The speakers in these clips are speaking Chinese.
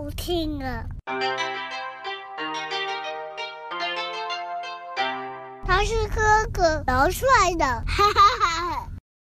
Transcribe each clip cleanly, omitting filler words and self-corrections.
好听啊！他是哥哥，老帅的，哈哈哈哈！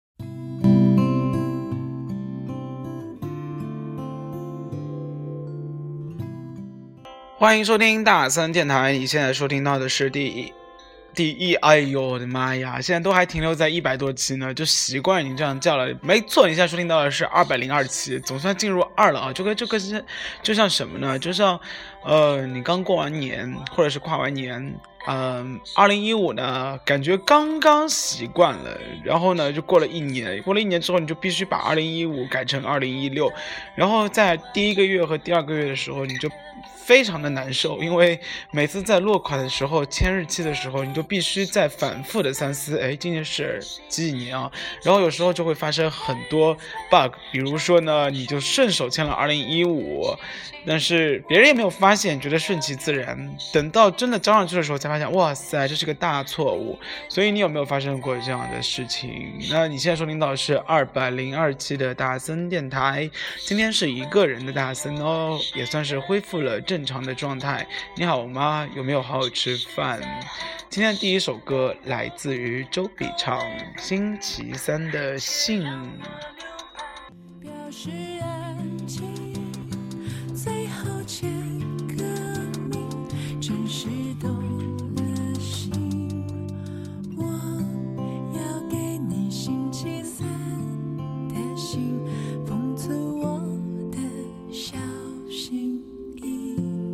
欢迎收听大森电台，你现在收听到的是第一，哎呦我的妈呀，现在都还停留在100多期呢，就习惯你这样叫了。没错，你现在收听到的是202期，总算进入2了啊！就像什么呢？就像你刚过完年，或者是跨完年。2015呢，感觉刚刚习惯了，然后呢，就过了一年之后，你就必须把2015改成2016，然后在第1个月和第2个月的时候，你就非常的难受，因为每次在落款的时候、签日期的时候，你就必须在反复的三思，今年是几年啊？然后有时候就会发生很多 bug， 比如说呢，你就顺手签了2015，但是别人也没有发现，觉得顺其自然，等到真的交上去的时候才发现，哇塞，这是个大错误。所以你有没有发生过这样的事情？那你现在收听到的是202期的大森电台，今天是一个人的大森哦，也算是恢复了正常的状态。你好吗？有没有好好吃饭？今天的第一首歌来自于周笔畅，星期三的信。 表示安静，最后签个名，真是动了心。我要给你星期三的信，封存我的小心意。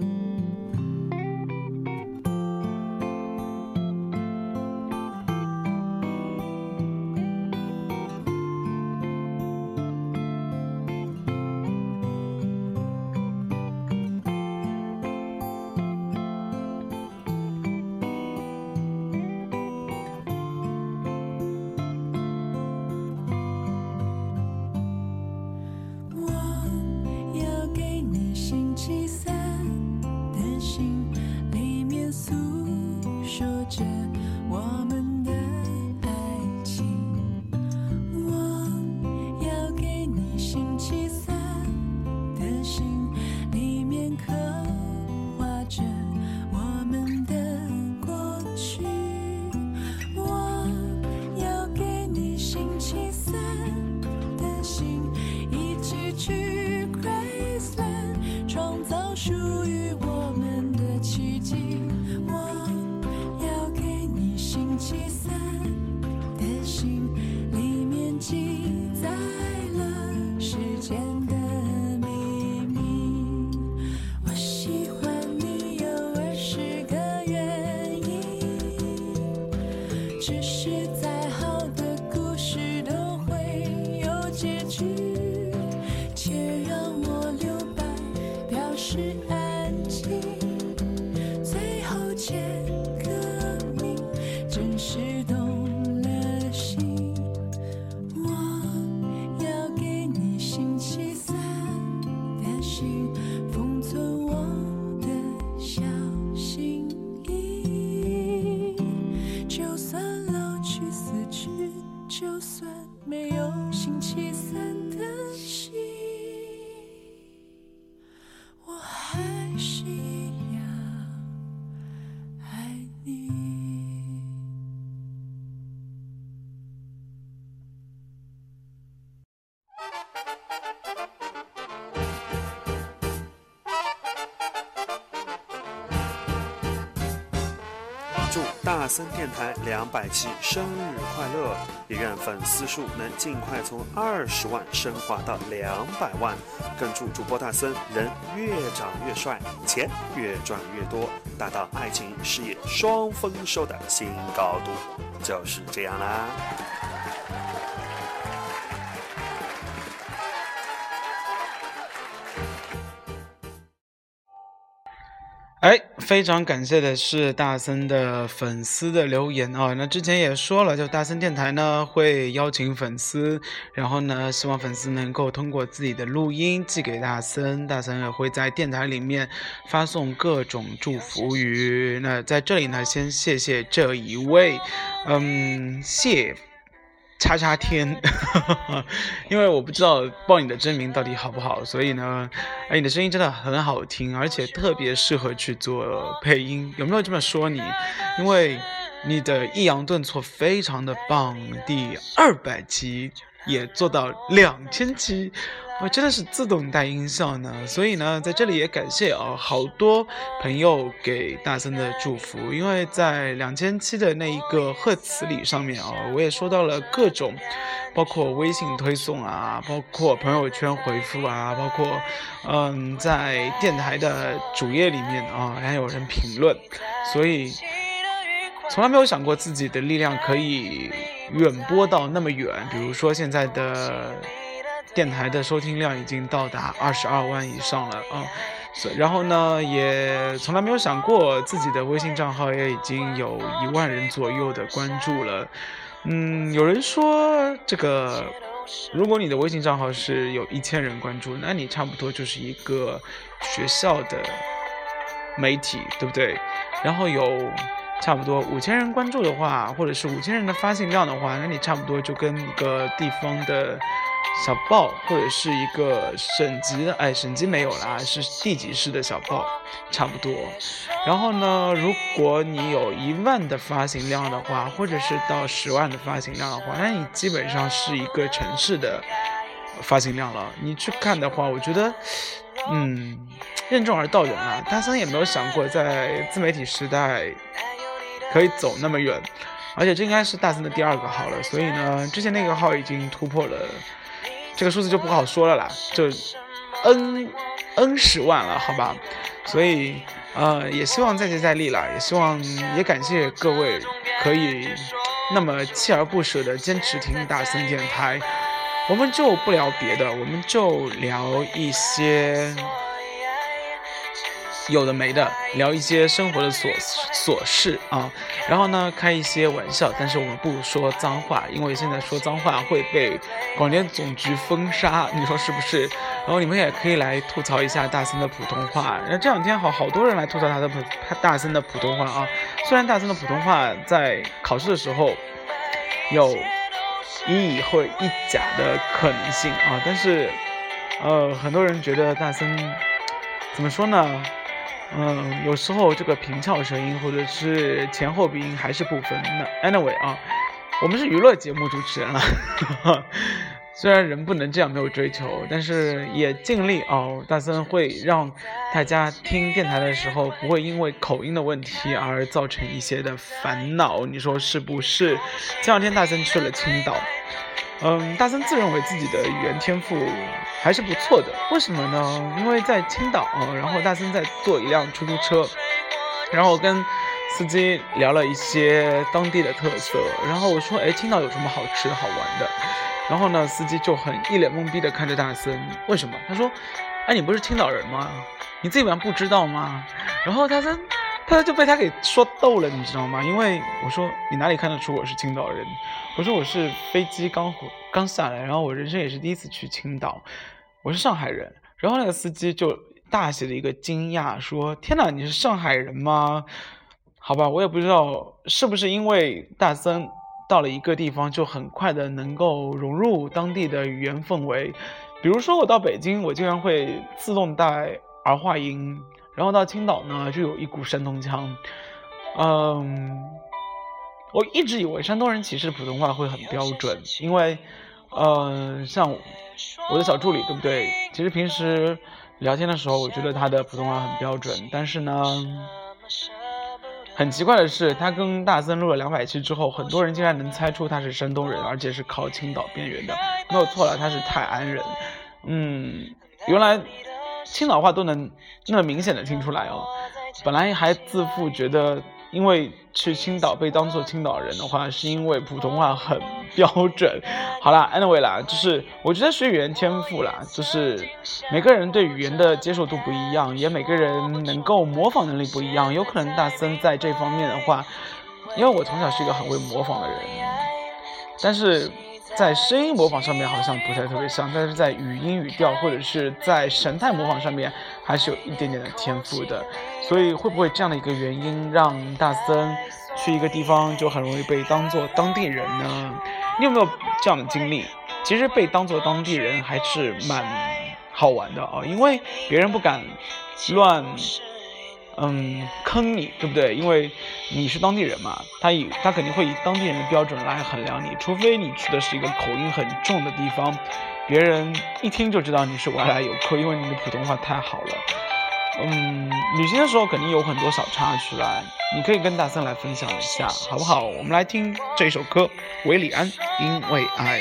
祝大森电台200期生日快乐！也愿粉丝数能尽快从20万升华到200万。更祝主播大森人越长越帅，钱越赚越多，达到爱情事业双丰收的新高度。就是这样啦。 非常感谢的是大森的粉丝的留言啊，那之前也说了，就大森电台呢会邀请粉丝，然后呢希望粉丝能够通过自己的录音寄给大森，大森也会在电台里面发送各种祝福语。那在这里呢先谢谢这一位谢叉叉天，因为我不知道报你的真名到底好不好，所以呢，你的声音真的很好听，而且特别适合去做配音。有没有这么说你？因为你的抑扬顿挫非常的棒，第200期也做到2000期。我真的是自动带音效呢，所以呢，在这里也感谢好多朋友给大森的祝福，因为在2000期的那一个贺词里上面我也收到了各种，包括微信推送啊，包括朋友圈回复啊，包括在电台的主页里面还有人评论，所以从来没有想过自己的力量可以远播到那么远，比如说现在的电台的收听量已经到达22万以上了然后呢，也从来没有想过自己的微信账号也已经有1万人左右的关注了。有人说这个，如果你的微信账号是有1000人关注，那你差不多就是一个学校的媒体，对不对？然后有差不多5000人关注的话，或者是5000人的发行量的话，那你差不多就跟一个地方的小报，或者是一个省级的，省级没有啦，是地级市的小报差不多。然后呢，如果你有1万的发行量的话，或者是到10万的发行量的话，那你基本上是一个城市的发行量了。你去看的话，我觉得任重而道远啊。大森也没有想过在自媒体时代可以走那么远，而且这应该是大森的第2个号了，所以呢，之前那个号已经突破了这个数字就不好说了啦，就 N10万了，好吧？所以也希望再接再厉啦，也感谢各位可以那么锲而不舍的坚持听大森电台。我们就不聊别的，我们就聊一些有的没的，聊一些生活的琐事然后呢开一些玩笑，但是我们不说脏话，因为现在说脏话会被广电总局封杀，你说是不是？然后你们也可以来吐槽一下大森的普通话，然后这2天好多人来吐槽大森的普通话虽然大森的普通话在考试的时候有一或者一假的可能性但是很多人觉得大森怎么说呢？有时候这个平翘舌音或者是前后鼻音还是不分。那 anyway 我们是娱乐节目主持人了，虽然人不能这样没有追求，但是也尽力大森会让大家听电台的时候不会因为口音的问题而造成一些的烦恼，你说是不是？前2天大森去了青岛。大森自认为自己的语言天赋还是不错的，为什么呢？因为在青岛然后大森在坐一辆出租车，然后跟司机聊了一些当地的特色，然后我说青岛有什么好吃好玩的？然后呢，司机就一脸懵逼的看着大森，为什么？他说你不是青岛人吗？你自己不知道吗？然后大森他就被他给说逗了，你知道吗？因为我说你哪里看得出我是青岛人？我说我是飞机刚下来，然后我人生也是第一次去青岛，我是上海人。然后那个司机就大写的一个惊讶，说天哪，你是上海人吗？好吧，我也不知道是不是因为大森到了一个地方就很快的能够融入当地的语言氛围。比如说我到北京，我经常会自动带儿化音，然后到青岛呢就有一股山东腔。我一直以为山东人其实普通话会很标准，因为像我的小助理对不对，其实平时聊天的时候我觉得他的普通话很标准，但是呢很奇怪的是，他跟大森录了200期之后，很多人竟然能猜出他是山东人，而且是靠青岛边缘的。没有错了，他是泰安人。原来青岛话都能那么明显的听出来本来还自负觉得因为去青岛被当作青岛人的话，是因为普通话很标准。好啦 anyway 啦，就是我觉得学语言天赋啦，就是每个人对语言的接受度不一样，也每个人能够模仿能力不一样。有可能大森在这方面的话，因为我从小是一个很会模仿的人，但是在声音模仿上面好像不太特别像，但是在语音语调或者是在神态模仿上面还是有一点点的天赋的。所以会不会这样的一个原因让大森去一个地方就很容易被当作当地人呢？ 你有没有这样的经历？其实被当作当地人还是蛮好玩的啊，因为别人不敢乱坑你，对不对？因为你是当地人嘛，他肯定会以当地人的标准来衡量你，除非你去的是一个口音很重的地方，别人一听就知道你是外来游客，因为你的普通话太好了。旅行的时候肯定有很多小插曲来，你可以跟大森来分享一下，好不好？我们来听这首歌，韦礼安《因为爱》。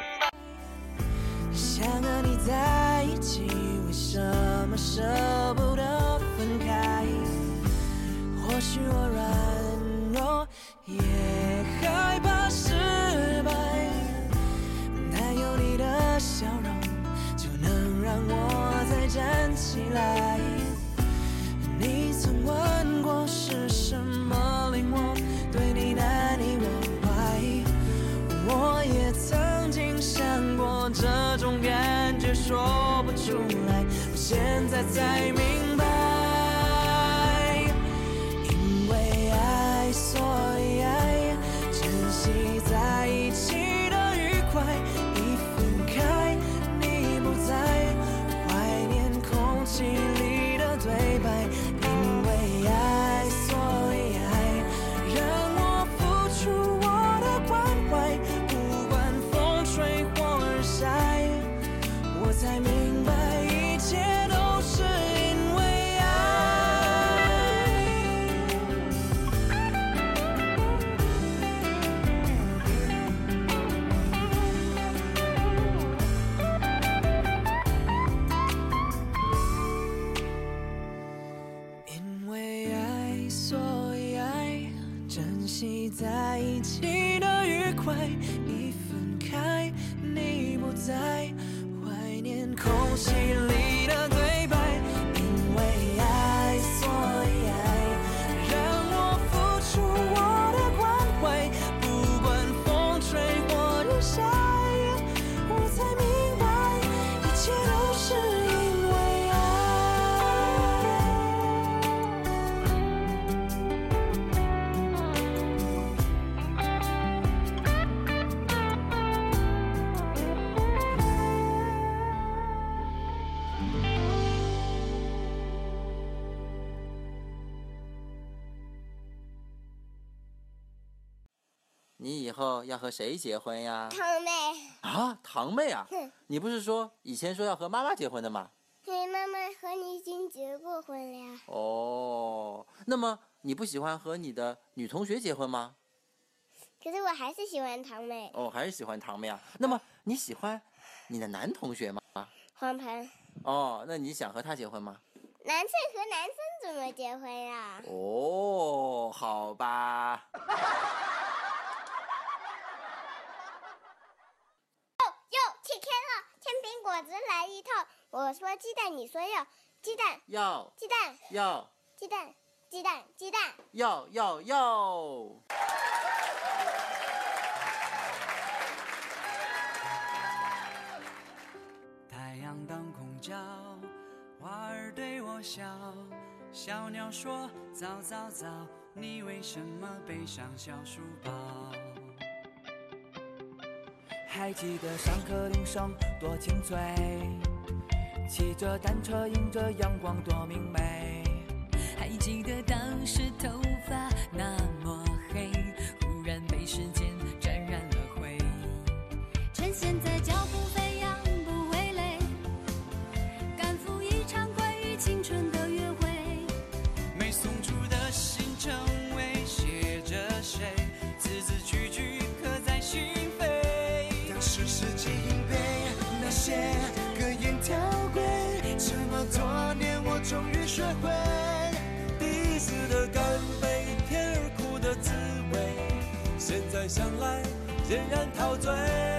想和你在一起，为什么舍不得分开？或许我软弱，也害怕失败，但有你的笑容，就能让我再站起来。你曾问过是什么令我对你难以忘怀，我也曾经想过这种感觉说不出来，我现在才明白，因为爱所以爱，珍惜在一起的愉快，一分开你不在，怀念空气里的对白，因为爱所以爱，让我付出我的关怀，不管风吹或日晒，我才明白一切都是因为爱。因为爱所以爱，珍惜在一起的愉快，一分开你不在，怀念空气里的对白，因为爱所以爱，让我付出我的关怀，不管风吹或日晒，我才明白一切都是因为爱。 你以后要和谁结婚呀？ 堂妹， 啊，堂妹啊！你不是说以前说要和妈妈结婚的吗？ 因为妈妈和你已经结过婚了呀。 哦，那么你不喜欢和你的女同学结婚吗？ 可是我还是喜欢堂妹。 哦，还是喜欢堂妹啊？那么你喜欢你的男同学吗？ 黄盘， 哦，那你想和他结婚吗？ 男生和男生怎么结婚呀？ 哦，好吧。 哟，切开了，甜苹果子来一套。我说鸡蛋，你说要鸡蛋， 要鸡蛋， 要鸡蛋，鸡蛋，鸡蛋。 要。 太阳当空照，花儿对我笑，小鸟说早早早，你为什么背上小书包？还记得上课铃声多清脆，骑着单车迎着阳光多明媚， 还记得当时头发那么黑，忽然被时间沾染了灰。趁现在脚步飞扬不会累，赶赴一场关于青春的约会。 没送出的信成为写着谁，字字句句刻在心扉。当时世纪硬背那些格言条规，这么多年我终于学会，第一次的干杯，甜而苦的滋味，现在想来仍然陶醉。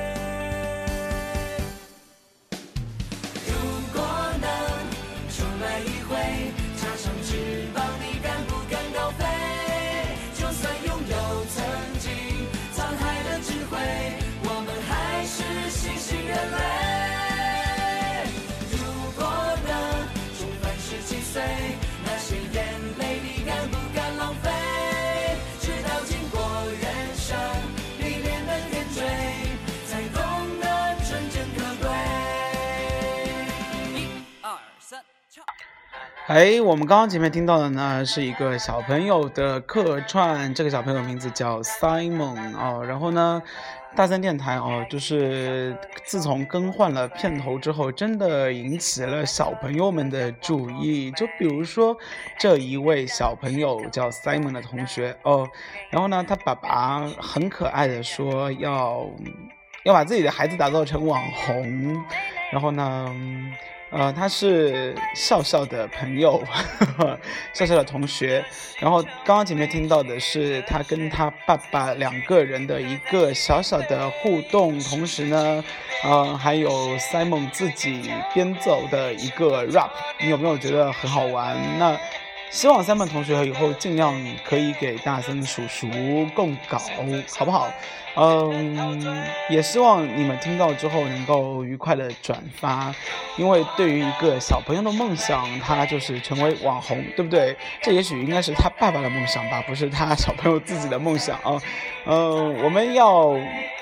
如果能重来一回，插上翅膀，你敢不敢高飞？就算拥有曾经沧海的智慧，我们还是新兴人类。如果能重返17岁，那些眼泪你敢不敢浪费？直到经过人生历练的点缀。 我们刚刚前面听到的呢是一个小朋友的客串，这个小朋友名字叫 Simon 哦。然后呢，大森电台哦，就是自从更换了片头之后，真的引起了小朋友们的注意。就比如说这一位小朋友叫 Simon 的同学哦，然后呢，他爸爸很可爱的说要把自己的孩子打造成网红，然后呢。他是笑笑的朋友，笑笑的同学。然后刚刚前面听到的是他跟他爸爸2个人的一个小小的互动，同时呢，还有 Simon 自己编奏的一个 rap， 你有没有觉得很好玩？那希望Simon同学以后尽量可以给大森叔叔供稿，好不好？也希望你们听到之后能够愉快的转发，因为对于一个小朋友的梦想，他就是成为网红，对不对？这也许应该是他爸爸的梦想吧，不是他小朋友自己的梦想啊。我们要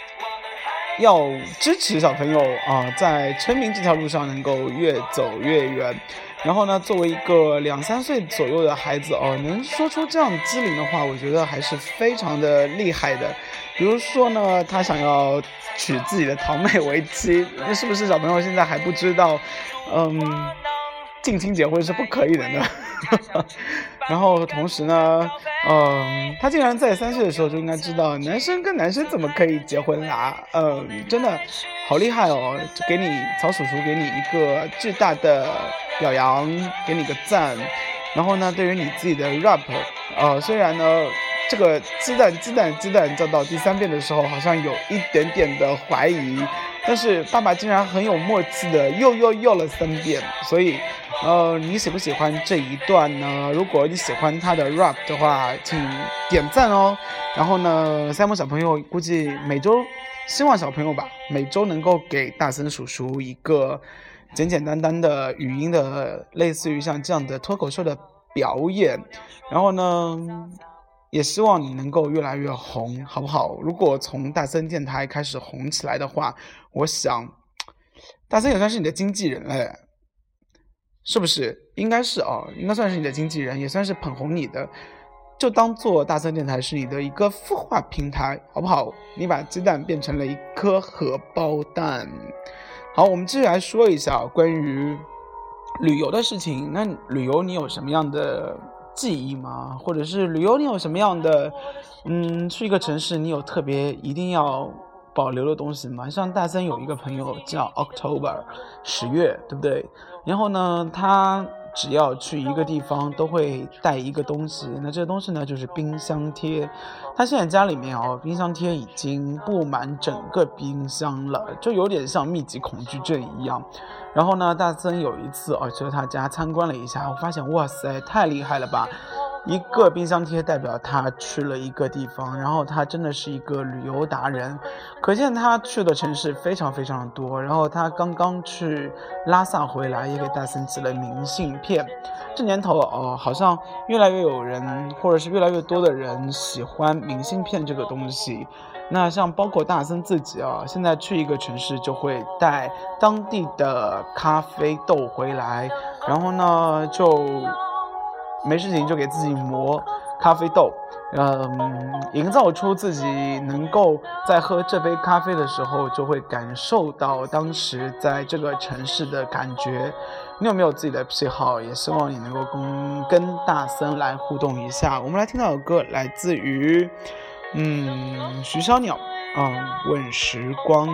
支持小朋友啊，在成名这条路上能够越走越远。然后呢，作为一个2、3岁左右的孩子哦，能说出这样机灵的话，我觉得还是非常的厉害的。比如说呢，他想要娶自己的堂妹为妻，那是不是小朋友现在还不知道，近亲结婚是不可以的呢？然后同时呢，他竟然在3岁的时候就应该知道男生跟男生怎么可以结婚啦，真的好厉害哦！给你曹叔叔给你一个巨大的表扬，给你个赞。然后呢，对于你自己的 rap， 虽然呢这个鸡蛋叫到第3遍的时候好像有一点点的怀疑，但是爸爸竟然很有默契的又了3遍，所以你喜不喜欢这一段呢？如果你喜欢他的 rap 的话，请点赞哦。然后呢，Simon小朋友估计希望小朋友吧，每周能够给大森叔叔一个简单的语音的，类似于像这样的脱口秀的表演。然后呢，也希望你能够越来越红，好不好？如果从大森电台开始红起来的话，我想大森也算是你的经纪人了，是不是？应该是应该算是你的经纪人，也算是捧红你的，就当做大森电台是你的一个孵化平台，好不好？你把鸡蛋变成了一颗荷包蛋。好，我们继续来说一下关于旅游的事情。那旅游你有什么样的记忆吗？或者是旅游你有什么样的去一个城市你有特别一定要保留的东西吗？像大森有一个朋友叫 October 10月，对不对？然后呢，他只要去一个地方都会带一个东西，那这个东西呢就是冰箱贴。他现在家里面冰箱贴已经布满整个冰箱了，就有点像密集恐惧症一样。然后呢，大森有一次去他家参观了一下，我发现哇塞，太厉害了吧！一个冰箱贴代表他去了一个地方，然后他真的是一个旅游达人，可见他去的城市非常非常的多。然后他刚刚去拉萨回来，也给大森寄了明信片。这年头好像越来越有人，或者是越来越多的人喜欢明信片这个东西。那像包括大森自己现在去一个城市就会带当地的咖啡豆回来，然后呢就没事情就给自己磨咖啡豆，营造出自己能够在喝这杯咖啡的时候就会感受到当时在这个城市的感觉。你有没有自己的癖好？也希望你能够跟大森来互动一下。我们来听到的歌来自于徐小鸟问时光。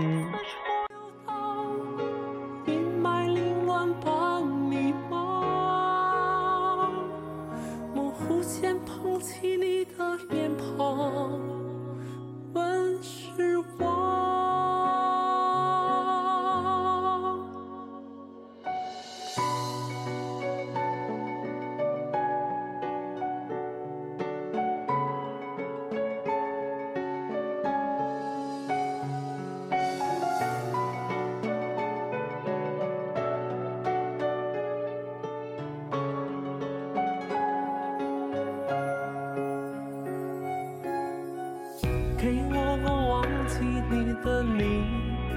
给我个忘记你的理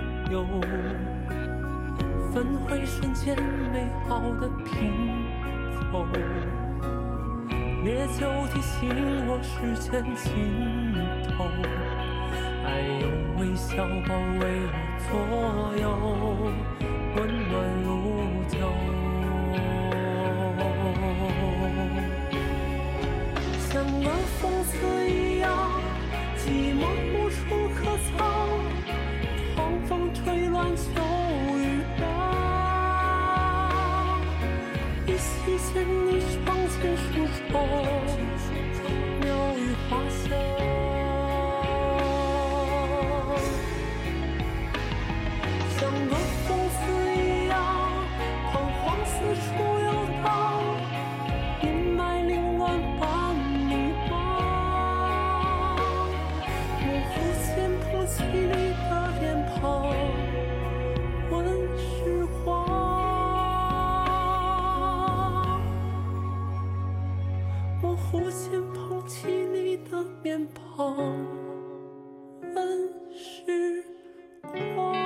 由，焚毁瞬间美好的平走，烈酒提醒我时间尽头，爱用微笑包围我左右，温暖如旧。像个疯子一样，寂寞无处可藏，狂风吹乱秋雨浪，依稀见你窗前梳妆，鸟语花香。像个疯子一样，彷徨四处游荡，阴霾凌乱般迷茫，模糊间捧起你的脸庞，问时光，模糊间捧起你的面庞，问时光。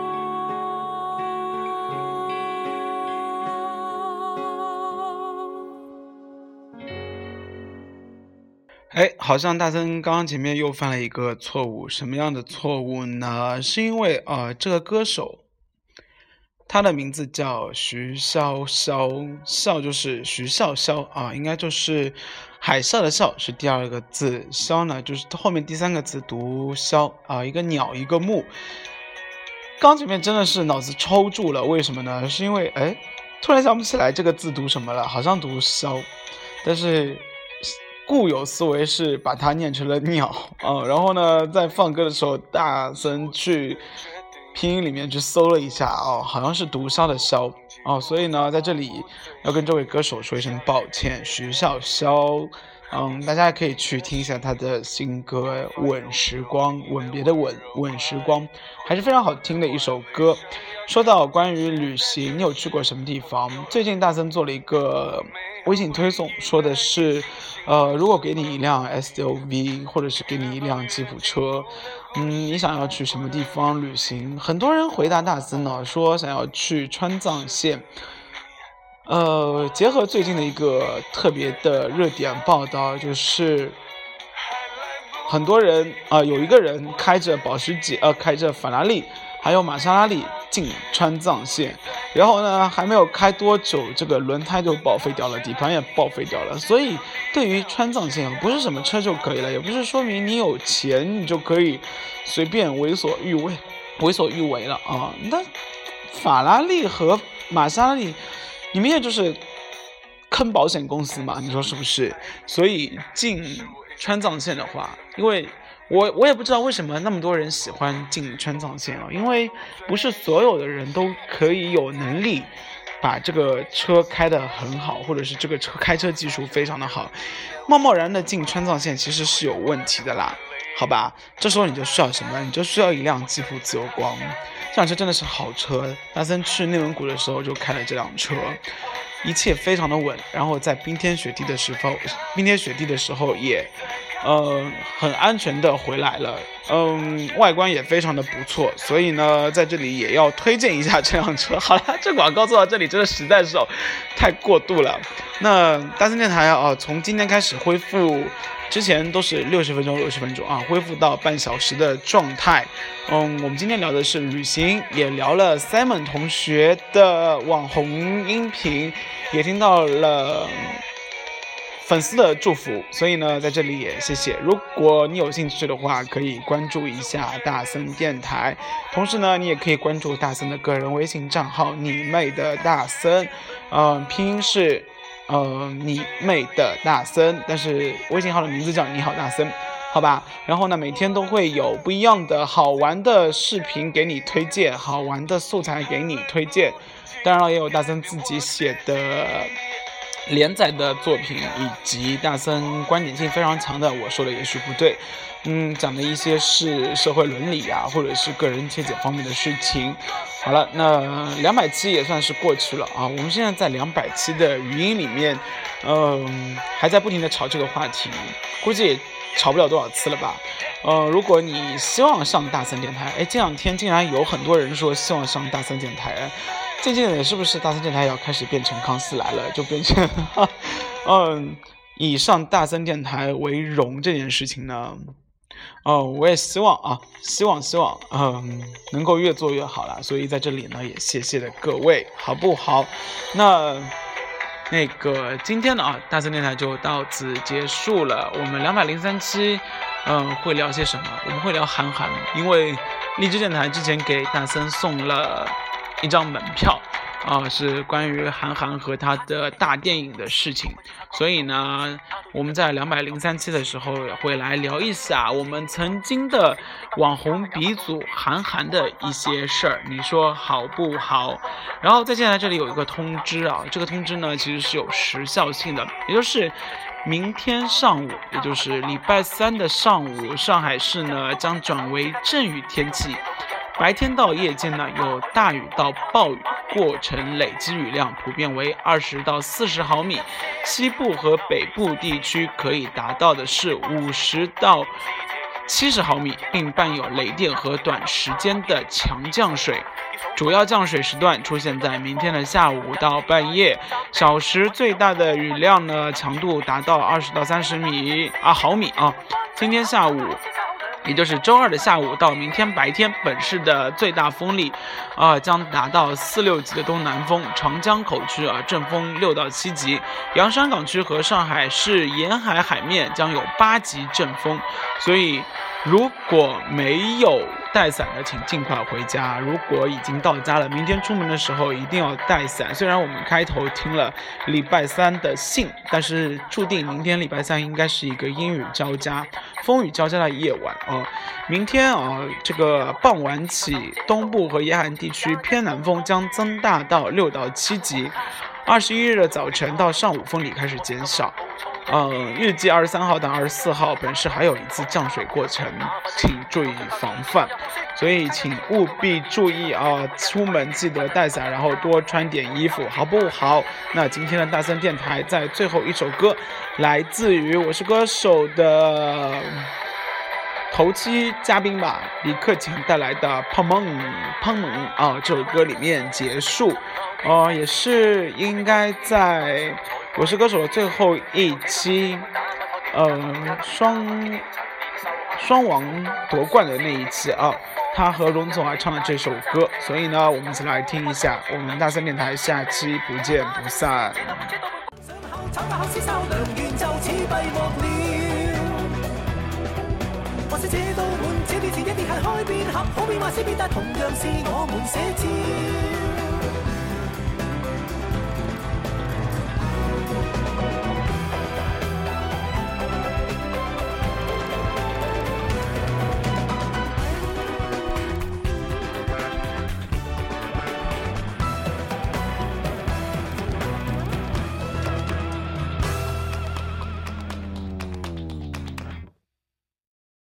哎，好像大森刚刚前面又犯了一个错误，什么样的错误呢？是因为这个歌手他的名字叫徐潇潇，笑就是徐笑潇啊，应该就是海啸的啸是第二个字，潇呢就是后面第三个字读枭啊，一个鸟一个木。刚前面真的是脑子抽住了，为什么呢？是因为突然想不起来这个字读什么了，好像读枭，但是固有思维是把它念成了鸟然后呢，在放歌的时候，大森去拼音里面去搜了一下好像是读枭的枭所以呢，在这里要跟这位歌手说一声抱歉，徐笑潇。大家可以去听一下他的新歌《吻时光》，吻别的吻，吻时光，还是非常好听的一首歌。说到关于旅行，你有去过什么地方？最近大森做了一个微信推送，说的是如果给你一辆 SUV 或者是给你一辆吉普车，你想要去什么地方旅行？很多人回答大森呢，说想要去川藏线。结合最近的一个特别的热点报道，就是很多人有一个人开着保时捷开着法拉利还有玛莎拉蒂进川藏线，然后呢还没有开多久，这个轮胎就报废掉了，底盘也报废掉了。所以对于川藏线不是什么车就可以了，也不是说明你有钱你就可以随便为所欲为了那法拉利和玛莎拉蒂你们也就是坑保险公司嘛，你说是不是？所以进川藏线的话，因为我也不知道为什么那么多人喜欢进川藏线因为不是所有的人都可以有能力把这个车开得很好，或者是这个开车技术非常的好，贸然的进川藏线其实是有问题的啦，好吧？这时候你就需要什么？你就需要一辆吉普自由光。这辆车真的是好车，大森去内蒙古的时候就开了这辆车，一切非常的稳，然后在冰天雪地的时候也很安全的回来了，外观也非常的不错，所以呢在这里也要推荐一下这辆车。好了，这广告做到这里真的实在是太过度了。那大森电台从今天开始恢复，之前都是60分钟恢复到半小时的状态。我们今天聊的是旅行，也聊了 Simon 同学的网红音频，也听到了粉丝的祝福，所以呢在这里也谢谢。如果你有兴趣的话，可以关注一下大森电台，同时呢你也可以关注大森的个人微信账号你妹的大森，拼音是你妹的大森，但是微信号的名字叫你好大森，好吧？然后呢每天都会有不一样的好玩的视频给你推荐，好玩的素材给你推荐，当然了也有大森自己写的连载的作品，以及大森观点性非常强的我说的也许不对讲的一些是社会伦理或者是个人切解方面的事情。好了，那200期也算是过去了我们现在在200期的语音里面还在不停的吵这个话题，估计也吵不了多少次了吧。如果你希望上大森电台，这两天竟然有很多人说希望上大森电台， 渐渐的是不是大森电台要开始变成康熙来了，就变成以上大森电台为荣这件事情呢？我也希望能够越做越好啦，所以在这里呢也谢谢了各位，好不好？那个今天呢大森电台就到此结束了。我们203期会聊些什么？我们会聊韩寒，因为荔枝电台之前给大森送了一张门票是关于韩寒和他的大电影的事情，所以呢我们在203期的时候也会来聊一下我们曾经的网红鼻祖韩寒的一些事儿，你说好不好？然后在接下来这里有一个通知这个通知呢其实是有时效性的，也就是明天上午，也就是礼拜3的上午，上海市呢将转为阵雨天气，白天到夜间呢有大雨到暴雨，过程累积雨量普遍为20到40毫米，西部和北部地区可以达到的是50到70毫米，并伴有雷电和短时间的强降水。主要降水时段出现在明天的下午到半夜，小时最大的雨量呢强度达到20到30毫米今天下午，也就是周二的下午到明天白天，本市的最大风力将达到4-6级的东南风，长江口区阵风6到7级，洋山港区和上海市沿海海面将有8级阵风，所以如果没有带伞的请尽快回家，如果已经到家了，明天出门的时候一定要带伞。虽然我们开头听了礼拜3的信，但是注定明天礼拜3应该是一个阴雨交加、风雨交加的夜晚明天这个傍晚起，东部和沿海地区偏南风将增大到6到7级，21日的早晨到上午风力开始减小。预计23号到24号本市还有一次降水过程，请注意防范。所以请务必注意出门记得带伞，然后多穿点衣服，好不好？那今天的大森电台在最后一首歌，来自于我是歌手的头期嘉宾吧，李克勤带来的胖萌这首歌里面结束，也是应该在我是歌手的最后一期双王夺冠的那一期他和容祖儿唱的这首歌，所以呢我们一起来听一下。我们大森電台下期不見不散。或是這道門，這面前一定係開變合，好變壞先變，但同樣是我們寫照。